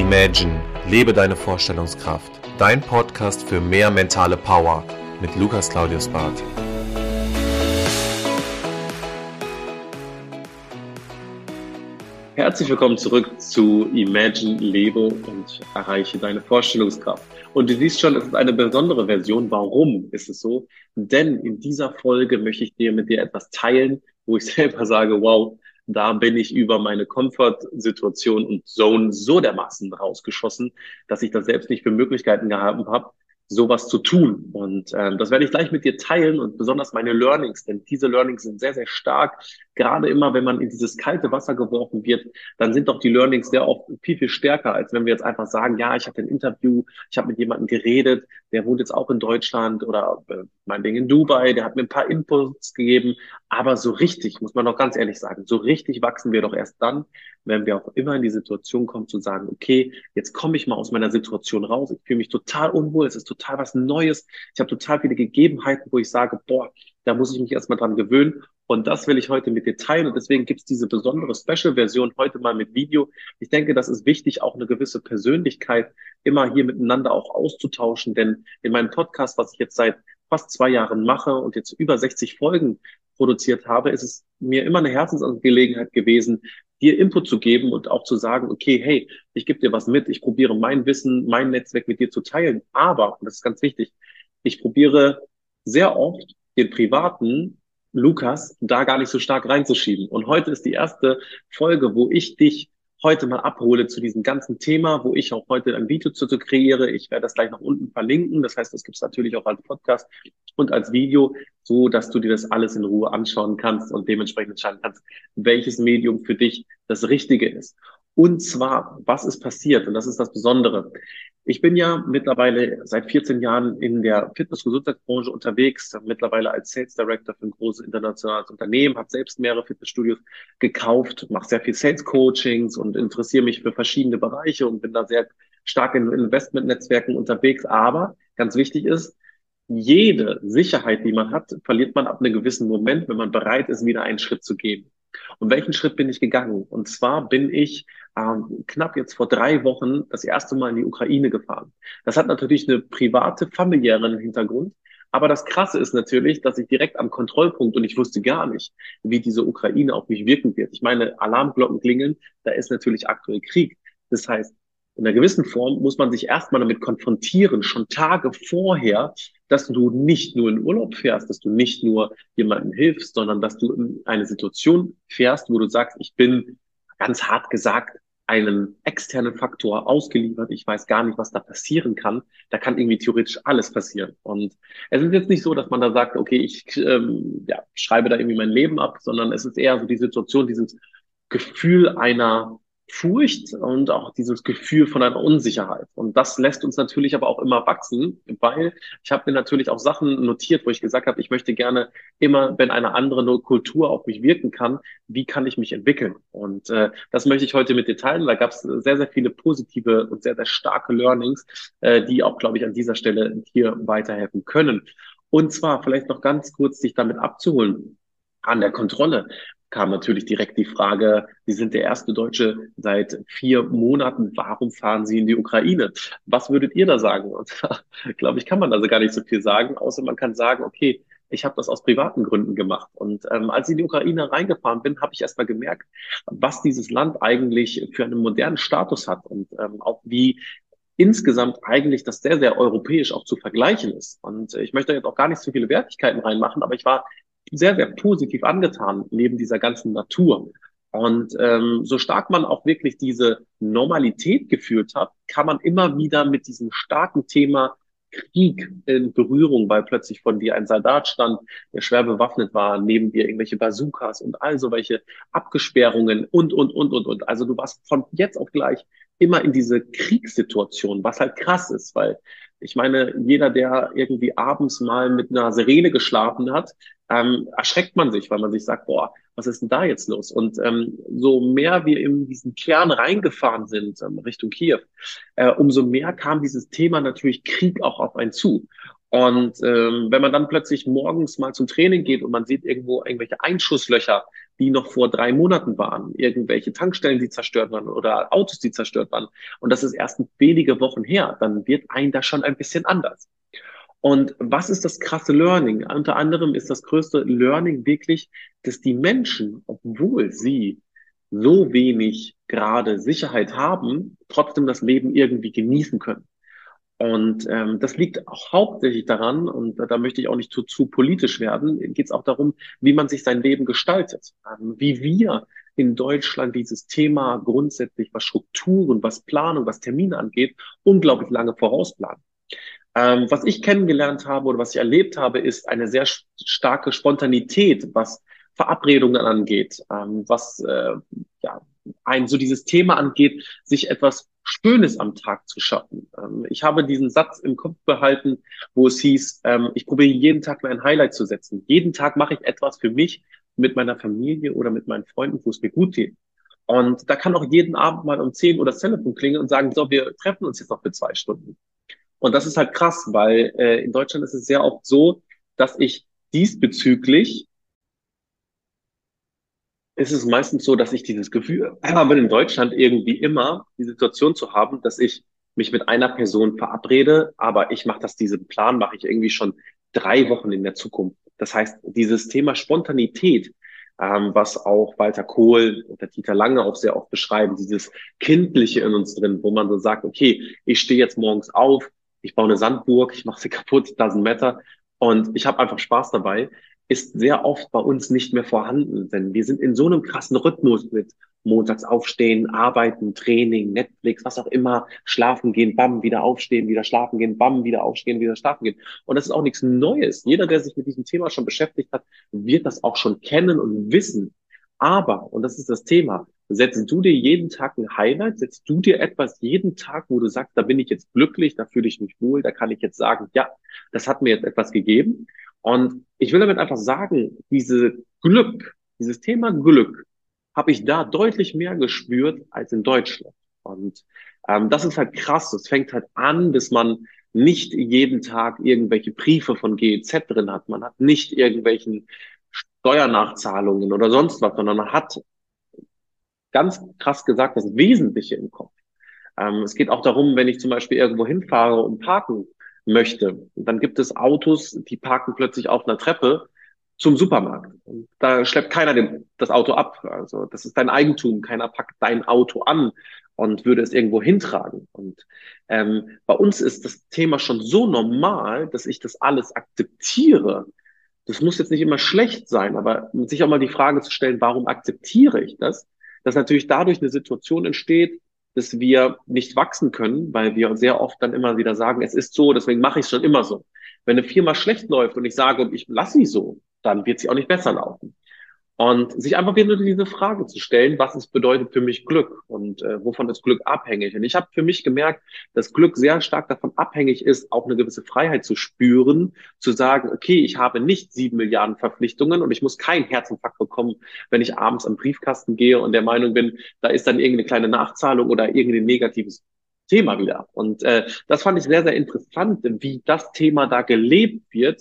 Imagine, lebe deine Vorstellungskraft. Dein Podcast für mehr mentale Power mit Lukas Claudius Barth. Herzlich willkommen zurück zu Imagine, lebe und erreiche deine Vorstellungskraft. Und du siehst schon, es ist eine besondere Version. Warum ist es so? Denn in dieser Folge möchte ich mit dir etwas teilen, wo ich selber sage, wow, da bin ich über meine Comfort-Situation und Zone so dermaßen rausgeschossen, dass ich das selbst nicht für Möglichkeiten gehabt habe, sowas zu tun. Und das werde ich gleich mit dir teilen und besonders meine Learnings, denn diese Learnings sind sehr, sehr stark. Gerade immer, wenn man in dieses kalte Wasser geworfen wird, dann sind doch die Learnings sehr oft viel, viel stärker, als wenn wir jetzt einfach sagen, ja, ich hatte ein Interview, ich habe mit jemandem geredet, der wohnt jetzt auch in Deutschland oder meinetwegen in Dubai, der hat mir ein paar Inputs gegeben. Aber so richtig, muss man doch ganz ehrlich sagen, so richtig wachsen wir doch erst dann, wenn wir auch immer in die Situation kommen zu sagen, okay, jetzt komme ich mal aus meiner Situation raus, ich fühle mich total unwohl, es ist total was Neues, ich habe total viele Gegebenheiten, wo ich sage, boah, da muss ich mich erstmal dran gewöhnen und das will ich heute mit dir teilen und deswegen gibt's diese besondere Special-Version heute mal mit Video. Ich denke, das ist wichtig, auch eine gewisse Persönlichkeit immer hier miteinander auch auszutauschen, denn in meinem Podcast, was ich jetzt seit fast 2 Jahren mache und jetzt über 60 Folgen produziert habe, ist es mir immer eine Herzensangelegenheit gewesen, dir Input zu geben und auch zu sagen, okay, hey, ich gebe dir was mit, ich probiere mein Wissen, mein Netzwerk mit dir zu teilen. Aber, und das ist ganz wichtig, ich probiere sehr oft den privaten Lukas da gar nicht so stark reinzuschieben. Und heute ist die erste Folge, wo ich dich heute mal abhole zu diesem ganzen Thema, wo ich auch heute ein Video zu kreiere. Ich werde das gleich nach unten verlinken. Das heißt, das gibt es natürlich auch als Podcast und als Video, so dass du dir das alles in Ruhe anschauen kannst und dementsprechend entscheiden kannst, welches Medium für dich das Richtige ist. Und zwar, was ist passiert? Und das ist das Besondere. Ich bin ja mittlerweile seit 14 Jahren in der Fitness-Gesundheitsbranche unterwegs, mittlerweile als Sales Director für ein großes internationales Unternehmen, habe selbst mehrere Fitnessstudios gekauft, mache sehr viel Sales-Coachings und interessiere mich für verschiedene Bereiche und bin da sehr stark in Investment-Netzwerken unterwegs. Aber ganz wichtig ist, jede Sicherheit, die man hat, verliert man ab einem gewissen Moment, wenn man bereit ist, wieder einen Schritt zu gehen. Und welchen Schritt bin ich gegangen? Und zwar bin ich knapp jetzt vor 3 Wochen das erste Mal in die Ukraine gefahren. Das hat natürlich eine private, familiären Hintergrund. Aber das Krasse ist natürlich, dass ich direkt am Kontrollpunkt und ich wusste gar nicht, wie diese Ukraine auf mich wirken wird. Ich meine, Alarmglocken klingeln, da ist natürlich aktuell Krieg. Das heißt, in einer gewissen Form muss man sich erstmal damit konfrontieren, schon Tage vorher, dass du nicht nur in Urlaub fährst, dass du nicht nur jemandem hilfst, sondern dass du in eine Situation fährst, wo du sagst, ich bin ganz hart gesagt einem externen Faktor ausgeliefert. Ich weiß gar nicht, was da passieren kann. Da kann irgendwie theoretisch alles passieren. Und es ist jetzt nicht so, dass man da sagt, okay, ich schreibe da irgendwie mein Leben ab, sondern es ist eher so die Situation, dieses Gefühl einer Furcht und auch dieses Gefühl von einer Unsicherheit. Und das lässt uns natürlich aber auch immer wachsen, weil ich habe mir natürlich auch Sachen notiert, wo ich gesagt habe, ich möchte gerne immer, wenn eine andere Kultur auf mich wirken kann, wie kann ich mich entwickeln? Und das möchte ich heute mit dir teilen. Da gab es sehr, sehr viele positive und sehr, sehr starke Learnings, die auch, glaube ich, an dieser Stelle hier weiterhelfen können. Und zwar vielleicht noch ganz kurz dich damit abzuholen. An der Kontrolle kam natürlich direkt die Frage, Sie sind der erste Deutsche seit 4 Monaten, warum fahren Sie in die Ukraine? Was würdet ihr da sagen? Und da, glaube ich, kann man also gar nicht so viel sagen, außer man kann sagen, okay, ich habe das aus privaten Gründen gemacht. Und als ich in die Ukraine reingefahren bin, habe ich erst mal gemerkt, was dieses Land eigentlich für einen modernen Status hat und auch wie insgesamt eigentlich das sehr, sehr europäisch auch zu vergleichen ist. Und ich möchte jetzt auch gar nicht so viele Wertigkeiten reinmachen, aber ich war sehr, sehr positiv angetan neben dieser ganzen Natur. Und so stark man auch wirklich diese Normalität gefühlt hat, kann man immer wieder mit diesem starken Thema Krieg in Berührung, weil plötzlich von dir ein Soldat stand, der schwer bewaffnet war, neben dir irgendwelche Bazookas und all so welche Abgesperrungen und. Also du warst von jetzt auf gleich immer in diese Kriegssituation, was halt krass ist, weil ich meine, jeder, der irgendwie abends mal mit einer Sirene geschlafen hat, erschreckt man sich, weil man sich sagt, boah, was ist denn da jetzt los? Und so mehr wir in diesen Kern reingefahren sind, Richtung Kiew, umso mehr kam dieses Thema natürlich Krieg auch auf einen zu. Und wenn man dann plötzlich morgens mal zum Training geht und man sieht irgendwo irgendwelche Einschusslöcher, die noch vor 3 Monaten waren, irgendwelche Tankstellen, die zerstört waren oder Autos, die zerstört waren. Und das ist erst wenige Wochen her. Dann wird ein da schon ein bisschen anders. Und was ist das krasse Learning? Unter anderem ist das größte Learning wirklich, dass die Menschen, obwohl sie so wenig gerade Sicherheit haben, trotzdem das Leben irgendwie genießen können. Und das liegt auch hauptsächlich daran, und da möchte ich auch nicht zu politisch werden, geht es auch darum, wie man sich sein Leben gestaltet. Wie wir in Deutschland dieses Thema grundsätzlich, was Strukturen, was Planung, was Termine angeht, unglaublich lange vorausplanen. Was ich kennengelernt habe oder was ich erlebt habe, ist eine sehr starke Spontanität, was Verabredungen angeht, was ja, so dieses Thema angeht, sich etwas Schönes am Tag zu schaffen. Ich habe diesen Satz im Kopf behalten, wo es hieß, ich probiere jeden Tag mir ein Highlight zu setzen. Jeden Tag mache ich etwas für mich mit meiner Familie oder mit meinen Freunden, wo es mir gut geht. Und da kann auch jeden Abend mal um 10 Uhr das Telefon klingeln und sagen, so, wir treffen uns jetzt noch für 2 Stunden. Und das ist halt krass, weil in Deutschland ist es sehr oft so, dass ich diesbezüglich, ist es meistens so, dass ich dieses Gefühl habe, in Deutschland irgendwie immer die Situation zu haben, dass ich mich mit einer Person verabrede, aber ich mache diesen Plan mache ich irgendwie schon 3 Wochen in der Zukunft. Das heißt, dieses Thema Spontanität, was auch Walter Kohl und der Dieter Lange auch sehr oft beschreiben, dieses Kindliche in uns drin, wo man so sagt, okay, ich stehe jetzt morgens auf, ich baue eine Sandburg, ich mache sie kaputt, doesn't matter, und ich habe einfach Spaß dabei, ist sehr oft bei uns nicht mehr vorhanden, denn wir sind in so einem krassen Rhythmus mit montags aufstehen, arbeiten, Training, Netflix, was auch immer, schlafen gehen, bam, wieder aufstehen, wieder schlafen gehen, bam, wieder aufstehen, wieder schlafen gehen. Und das ist auch nichts Neues. Jeder, der sich mit diesem Thema schon beschäftigt hat, wird das auch schon kennen und wissen. Aber, und das ist das Thema, setzt du dir jeden Tag ein Highlight, setzt du dir etwas jeden Tag, wo du sagst, da bin ich jetzt glücklich, da fühle ich mich wohl, da kann ich jetzt sagen, ja, das hat mir jetzt etwas gegeben. Und ich will damit einfach sagen, dieses Thema Glück habe ich da deutlich mehr gespürt als in Deutschland. Und das ist halt krass. Das fängt halt an, dass man nicht jeden Tag irgendwelche Briefe von GEZ drin hat. Man hat nicht irgendwelchen Steuernachzahlungen oder sonst was, sondern man hat ganz krass gesagt das Wesentliche im Kopf. Es geht auch darum, wenn ich zum Beispiel irgendwo hinfahre und parken möchte, dann gibt es Autos, die parken plötzlich auf einer Treppe zum Supermarkt. Und da schleppt keiner das Auto ab. Also das ist dein Eigentum. Keiner packt dein Auto an und würde es irgendwo hintragen. Und bei uns ist das Thema schon so normal, dass ich das alles akzeptiere. Das muss jetzt nicht immer schlecht sein, aber sich auch mal die Frage zu stellen, warum akzeptiere ich das? Dass natürlich dadurch eine Situation entsteht, dass wir nicht wachsen können, weil wir sehr oft dann immer wieder sagen, es ist so, deswegen mache ich es schon immer so. Wenn eine Firma schlecht läuft und ich sage, ich lasse sie so, dann wird sie auch nicht besser laufen. Und sich einfach wieder diese Frage zu stellen, was es bedeutet für mich Glück und wovon ist Glück abhängig. Und ich habe für mich gemerkt, dass Glück sehr stark davon abhängig ist, auch eine gewisse Freiheit zu spüren, zu sagen, okay, ich habe nicht 7 Milliarden Verpflichtungen und ich muss keinen Herzinfarkt bekommen, wenn ich abends am Briefkasten gehe und der Meinung bin, da ist dann irgendeine kleine Nachzahlung oder irgendein negatives Thema wieder. Und das fand ich sehr, sehr interessant, wie das Thema da gelebt wird,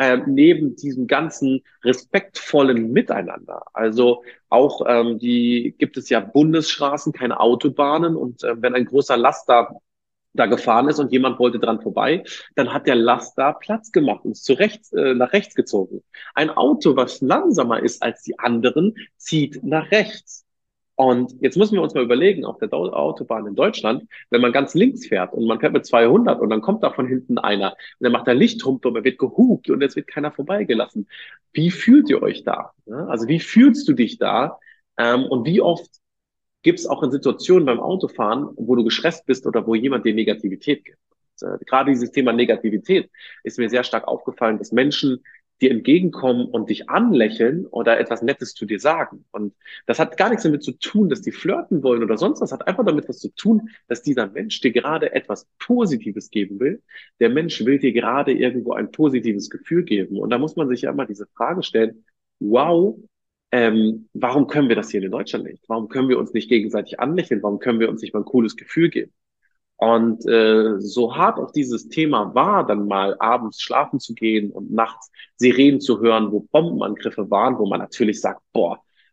neben diesem ganzen respektvollen Miteinander. Also auch die gibt es ja Bundesstraßen, keine Autobahnen, und wenn ein großer Laster da gefahren ist und jemand wollte dran vorbei, dann hat der Laster Platz gemacht und ist nach rechts gezogen. Ein Auto, was langsamer ist als die anderen, zieht nach rechts. Und jetzt müssen wir uns mal überlegen, auf der Autobahn in Deutschland, wenn man ganz links fährt und man fährt mit 200 und dann kommt da von hinten einer und dann macht er Lichthupe und er wird gehupt und jetzt wird keiner vorbeigelassen. Wie fühlt ihr euch da? Ja, also wie fühlst du dich da? Und wie oft gibt es auch in Situationen beim Autofahren, wo du gestresst bist oder wo jemand dir Negativität gibt? Und, gerade dieses Thema Negativität ist mir sehr stark aufgefallen, dass Menschen dir entgegenkommen und dich anlächeln oder etwas Nettes zu dir sagen. Und das hat gar nichts damit zu tun, dass die flirten wollen oder sonst was. Hat einfach damit was zu tun, dass dieser Mensch dir gerade etwas Positives geben will. Der Mensch will dir gerade irgendwo ein positives Gefühl geben. Und da muss man sich ja immer diese Frage stellen, wow, warum können wir das hier in Deutschland nicht? Warum können wir uns nicht gegenseitig anlächeln? Warum können wir uns nicht mal ein cooles Gefühl geben? Und so hart auch dieses Thema war, dann mal abends schlafen zu gehen und nachts Sirenen zu hören, wo Bombenangriffe waren, wo man natürlich sagt, boah,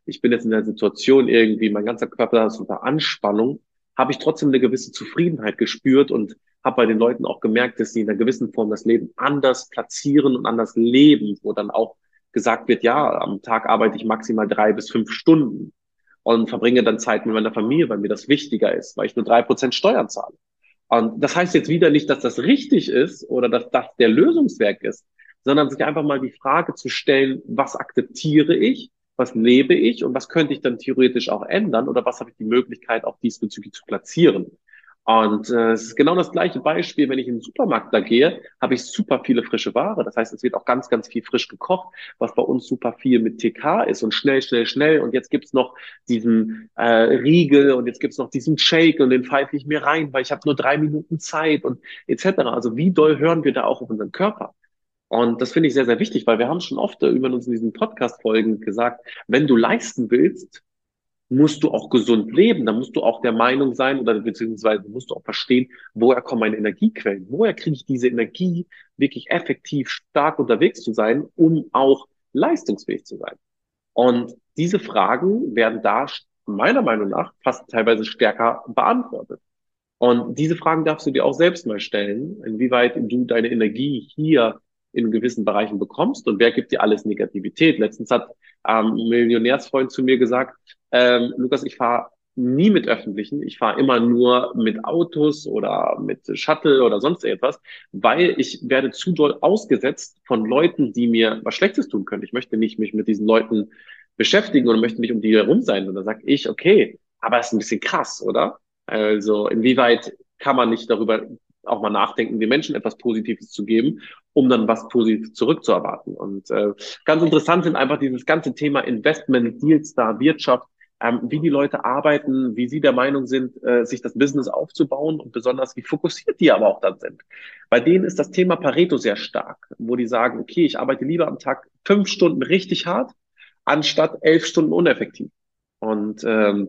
ich bin jetzt in der Situation irgendwie, mein ganzer Körper ist unter Anspannung, habe ich trotzdem eine gewisse Zufriedenheit gespürt und habe bei den Leuten auch gemerkt, dass sie in einer gewissen Form das Leben anders platzieren und anders leben, wo dann auch gesagt wird, ja, am Tag arbeite ich maximal 3 bis 5 Stunden und verbringe dann Zeit mit meiner Familie, weil mir das wichtiger ist, weil ich nur 3% Steuern zahle. Und das heißt jetzt wieder nicht, dass das richtig ist oder dass das der Lösungsweg ist, sondern sich einfach mal die Frage zu stellen, was akzeptiere ich, was lebe ich und was könnte ich dann theoretisch auch ändern oder was habe ich die Möglichkeit auch diesbezüglich zu platzieren. Und es ist genau das gleiche Beispiel, wenn ich in den Supermarkt da gehe, habe ich super viele frische Ware. Das heißt, es wird auch ganz, ganz viel frisch gekocht, was bei uns super viel mit TK ist und schnell, schnell, schnell. Und jetzt gibt's noch diesen Riegel und jetzt gibt's noch diesen Shake und den pfeife ich mir rein, weil ich habe nur 3 Minuten Zeit und etc. Also wie doll hören wir da auch auf unseren Körper? Und das finde ich sehr, sehr wichtig, weil wir haben schon oft über uns in diesen Podcast-Folgen gesagt, wenn du leisten willst, musst du auch gesund leben. Da musst du auch der Meinung sein oder beziehungsweise musst du auch verstehen, woher kommen meine Energiequellen? Woher kriege ich diese Energie, wirklich effektiv stark unterwegs zu sein, um auch leistungsfähig zu sein? Und diese Fragen werden da meiner Meinung nach fast teilweise stärker beantwortet. Und diese Fragen darfst du dir auch selbst mal stellen, inwieweit du deine Energie hier in gewissen Bereichen bekommst und wer gibt dir alles Negativität. Letztens hat ein Millionärsfreund zu mir gesagt, Lukas, ich fahre nie mit Öffentlichen, ich fahre immer nur mit Autos oder mit Shuttle oder sonst etwas, weil ich werde zu doll ausgesetzt von Leuten, die mir was Schlechtes tun können. Ich möchte nicht mich mit diesen Leuten beschäftigen und möchte nicht um die herum sein. Und da sage ich, okay, aber es ist ein bisschen krass, oder? Also inwieweit kann man nicht darüber auch mal nachdenken, den Menschen etwas Positives zu geben, um dann was Positives zurückzuerwarten. Und ganz interessant sind einfach dieses ganze Thema Investment, Deals da, Wirtschaft, wie die Leute arbeiten, wie sie der Meinung sind, sich das Business aufzubauen und besonders wie fokussiert die aber auch dann sind. Bei denen ist das Thema Pareto sehr stark, wo die sagen, okay, ich arbeite lieber am Tag 5 Stunden richtig hart, anstatt 11 Stunden uneffektiv. Und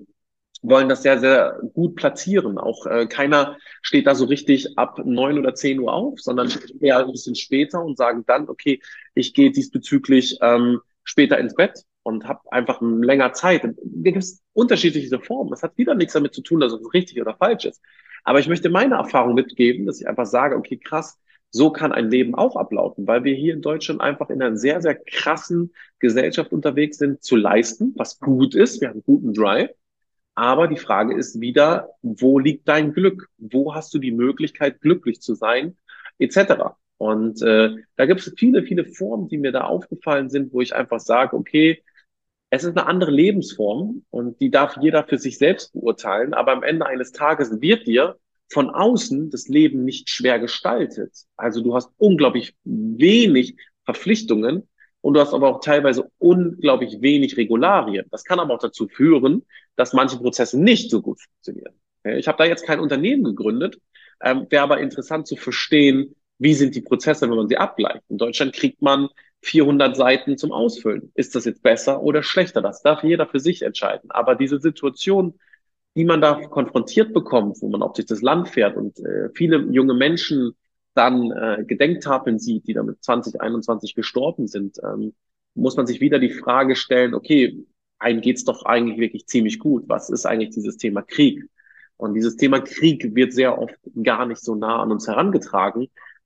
wollen das sehr, sehr gut platzieren. Auch keiner steht da so richtig ab 9 oder 10 Uhr auf, sondern eher ein bisschen später und sagen dann, okay, ich gehe diesbezüglich später ins Bett und habe einfach länger Zeit. Da gibt es unterschiedliche Formen. Das hat wieder nichts damit zu tun, dass es richtig oder falsch ist. Aber ich möchte meine Erfahrung mitgeben, dass ich einfach sage, okay, krass, so kann ein Leben auch ablaufen, weil wir hier in Deutschland einfach in einer sehr, sehr krassen Gesellschaft unterwegs sind, zu leisten, was gut ist. Wir haben einen guten Drive. Aber die Frage ist wieder, wo liegt dein Glück? Wo hast du die Möglichkeit, glücklich zu sein, etc. Und da gibt es viele, viele Formen, die mir da aufgefallen sind, wo ich einfach sage, okay, es ist eine andere Lebensform und die darf jeder für sich selbst beurteilen. Aber am Ende eines Tages wird dir von außen das Leben nicht schwer gestaltet. Also du hast unglaublich wenig Verpflichtungen und du hast aber auch teilweise unglaublich wenig Regularien. Das kann aber auch dazu führen, dass manche Prozesse nicht so gut funktionieren. Ich habe da jetzt kein Unternehmen gegründet, wäre aber interessant zu verstehen, wie sind die Prozesse, wenn man sie abgleicht. In Deutschland kriegt man 400 Seiten zum Ausfüllen. Ist das jetzt besser oder schlechter? Das darf jeder für sich entscheiden. Aber diese Situation, die man da konfrontiert bekommt, wo man auch durch das Land fährt und viele junge Menschen dann Gedenktafeln sieht, die damit 2021 gestorben sind, muss man sich wieder die Frage stellen, okay, einem geht's doch eigentlich wirklich ziemlich gut. Was ist eigentlich dieses Thema Krieg? Und dieses Thema Krieg wird sehr oft gar nicht so nah an uns herangetragen,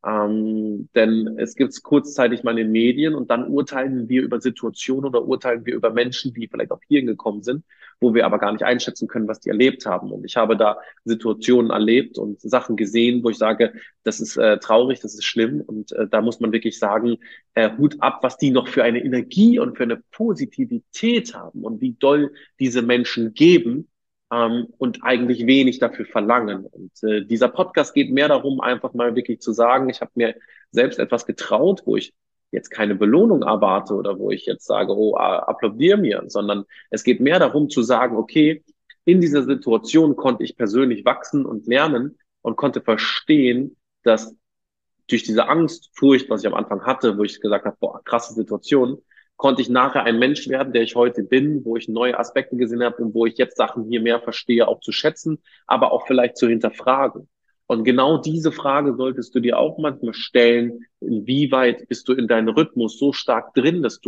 denn es gibt es kurzzeitig mal in den Medien und dann urteilen wir über Situationen oder urteilen wir über Menschen, die vielleicht auch hierhin gekommen sind, wo wir aber gar nicht einschätzen können, was die erlebt haben. Und ich habe da Situationen erlebt und Sachen gesehen, wo ich sage, das ist traurig, das ist schlimm. Und da muss man wirklich sagen, Hut ab, was die noch für eine Energie und für eine Positivität haben und wie doll diese Menschen geben und eigentlich wenig dafür verlangen. Und dieser Podcast geht mehr darum, einfach mal wirklich zu sagen, ich habe mir selbst etwas getraut, wo ich jetzt keine Belohnung erwarte oder wo ich jetzt sage, oh, applaudier mir, sondern es geht mehr darum zu sagen, okay, in dieser Situation konnte ich persönlich wachsen und lernen und konnte verstehen, dass durch diese Angst, Furcht, was ich am Anfang hatte, wo ich gesagt habe, boah, krasse Situation, konnte ich nachher ein Mensch werden, der ich heute bin, wo ich neue Aspekte gesehen habe und wo ich jetzt Sachen hier mehr verstehe, auch zu schätzen, aber auch vielleicht zu hinterfragen. Und genau diese Frage solltest du dir auch manchmal stellen, inwieweit bist du in deinem Rhythmus so stark drin, dass du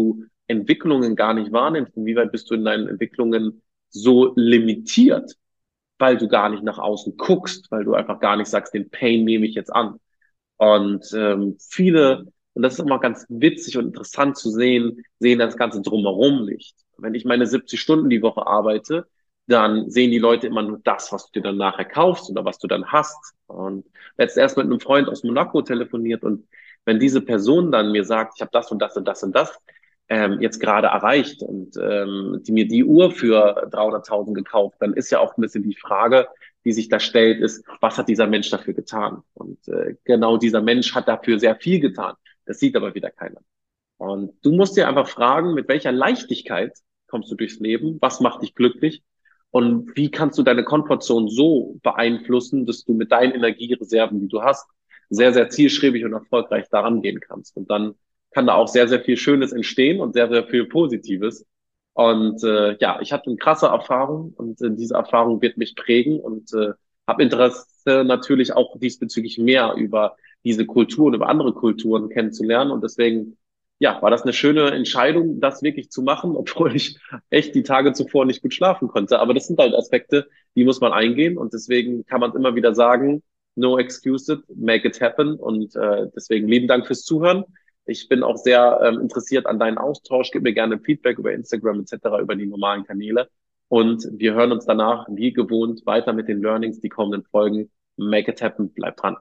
Entwicklungen gar nicht wahrnimmst? Inwieweit bist du in deinen Entwicklungen so limitiert, weil du gar nicht nach außen guckst, weil du einfach gar nicht sagst, den Pain nehme ich jetzt an. Und und das ist immer ganz witzig und interessant zu sehen, sehen das Ganze drumherum nicht. Wenn ich meine 70 Stunden die Woche arbeite, dann sehen die Leute immer nur das, was du dir dann nachher kaufst oder was du dann hast. Und letztens erst mit einem Freund aus Monaco telefoniert und wenn diese Person dann mir sagt, ich habe das und das und das und das jetzt gerade erreicht und die mir die Uhr für 300.000 gekauft, dann ist ja auch ein bisschen die Frage, die sich da stellt, ist, was hat dieser Mensch dafür getan? Und genau dieser Mensch hat dafür sehr viel getan. Das sieht aber wieder keiner. Und du musst dir einfach fragen, mit welcher Leichtigkeit kommst du durchs Leben? Was macht dich glücklich? Und wie kannst du deine Komfortzone so beeinflussen, dass du mit deinen Energiereserven, die du hast, sehr, sehr zielstrebig und erfolgreich daran gehen kannst? Und dann kann da auch sehr, sehr viel Schönes entstehen und sehr, sehr viel Positives. Und ja, ich hatte eine krasse Erfahrung und diese Erfahrung wird mich prägen und habe Interesse natürlich auch diesbezüglich mehr über diese Kultur und über andere Kulturen kennenzulernen. Und deswegen, ja, war das eine schöne Entscheidung, das wirklich zu machen, obwohl ich echt die Tage zuvor nicht gut schlafen konnte. Aber das sind halt Aspekte, die muss man eingehen. Und deswegen kann man immer wieder sagen, no excuses, make it happen. Und deswegen lieben Dank fürs Zuhören. Ich bin auch sehr interessiert an deinen Austausch. Gib mir gerne Feedback über Instagram etc., über die normalen Kanäle. Und wir hören uns danach, wie gewohnt, weiter mit den Learnings, die kommenden Folgen. Make it happen, bleib dran.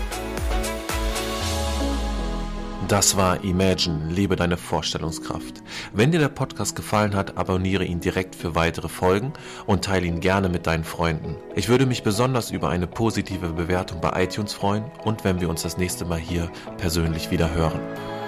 Das war Imagine, lebe deine Vorstellungskraft. Wenn dir der Podcast gefallen hat, abonniere ihn direkt für weitere Folgen und teile ihn gerne mit deinen Freunden. Ich würde mich besonders über eine positive Bewertung bei iTunes freuen und wenn wir uns das nächste Mal hier persönlich wieder hören.